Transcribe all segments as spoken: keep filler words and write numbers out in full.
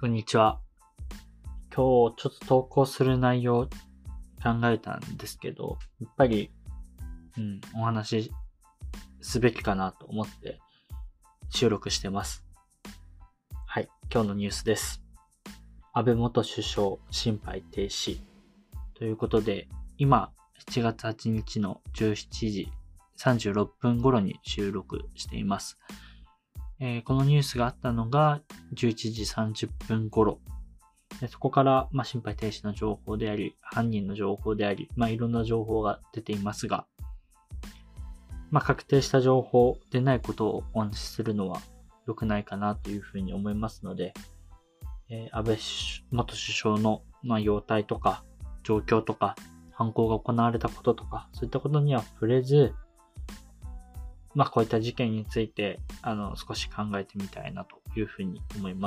こんにちは。今日ちょっと投稿する内容考えたんですけど、やっぱり、うん、お話しすべきかなと思って収録してます。はい、今日のニュースです。安倍元首相心肺停止ということで、今しちがつはちにちのじゅうしちじさんじゅうろっぷん頃に収録しています。えー、このニュースがあったのがじゅういちじさんじゅっぷん頃。でそこから、まあ、心肺停止の情報であり、犯人の情報であり、まあ、いろんな情報が出ていますが、まあ、確定した情報でないことをお話しするのは良くないかなというふうに思いますので、えー、安倍元首相の、まあ、容体とか、状況とか、犯行が行われたこととか、そういったことには触れず、まあ、こういった事件について、あの、少し考えてみたいなというふうに思います。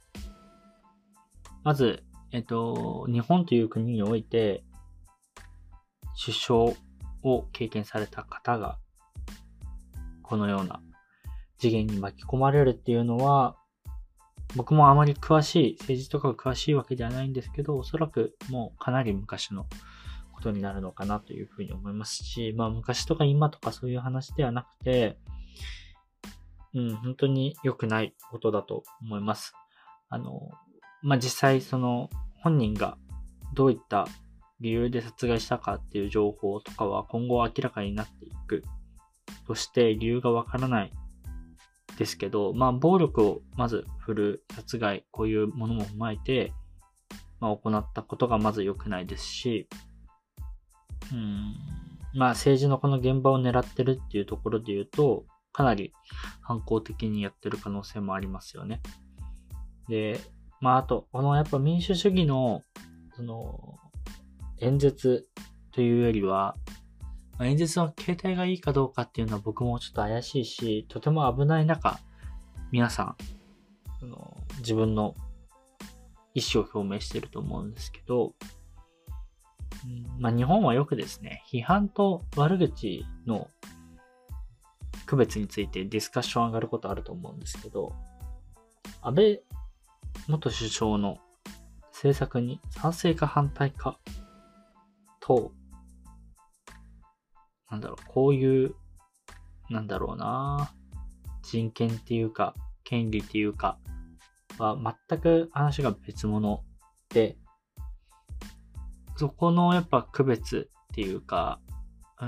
まず、えっと、日本という国において、首相を経験された方が、このような事件に巻き込まれるっていうのは、僕もあまり詳しい、政治とかが詳しいわけではないんですけど、おそらくもうかなり昔のことになるのかなというふうに思いますし、まあ昔とか今とかそういう話ではなくて、うん、本当に良くないことだと思います。あの、まあ実際その本人がどういった理由で殺害したかっていう情報とかは今後明らかになっていくとして理由がわからないですけど、まあ暴力をまず振る殺害、こういうものも踏まえて、まあ、行ったことがまず良くないですし、うん、まあ政治のこの現場を狙ってるっていうところで言うと、かなり反抗的にやってる可能性もありますよね。で、まああと、このやっぱ民主主義の、その、演説というよりは、まあ、演説の形態がいいかどうかっていうのは僕もちょっと怪しいし、とても危ない中、皆さん、その自分の意思を表明していると思うんですけど、うんまあ、日本はよくですね、批判と悪口の区別についてディスカッション上がることあると思うんですけど、安倍元首相の政策に賛成か反対かと、なんだろう、こういう、なんだろうな、人権っていうか、権利っていうか、は全く話が別物で、そこのやっぱ区別っていうか、うん、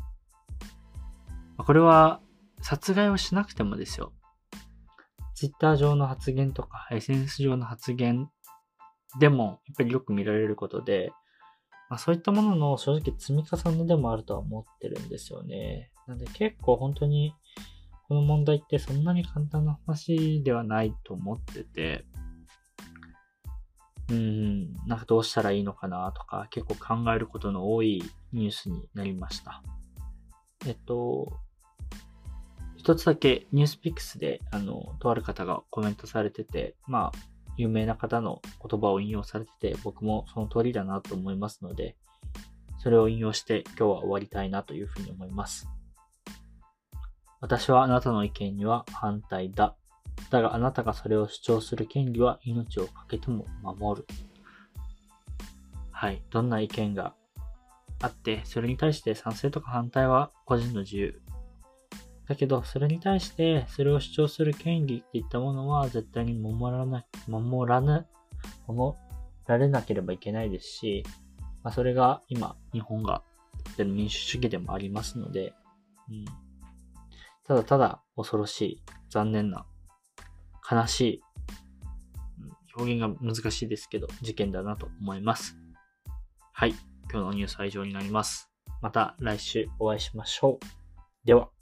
これは殺害をしなくてもですよ。ツイッター上の発言とか エスエヌエス 上の発言でもやっぱりよく見られることで、まあ、そういったものの正直積み重ねでもあるとは思ってるんですよね。なんで結構本当にこの問題ってそんなに簡単な話ではないと思ってて、うーん、なんかどうしたらいいのかなとか結構考えることの多いニュースになりました。えっと、一つだけニュースピックスであの、とある方がコメントされてて、まあ、有名な方の言葉を引用されてて、僕もその通りだなと思いますので、それを引用して今日は終わりたいなというふうに思います。私はあなたの意見には反対だ。だがあなたがそれを主張する権利は命をかけても守る。はい。どんな意見があって、それに対して賛成とか反対は個人の自由。だけど、それに対して、それを主張する権利っていったものは絶対に守らな、守らな、守られなければいけないですし、まあ、それが今、日本がやってる民主主義でもありますので、うん、ただただ恐ろしい、残念な、悲しい、表現が難しいですけど、事件だなと思います。はい、今日のニュースは以上になります。また来週お会いしましょう。では。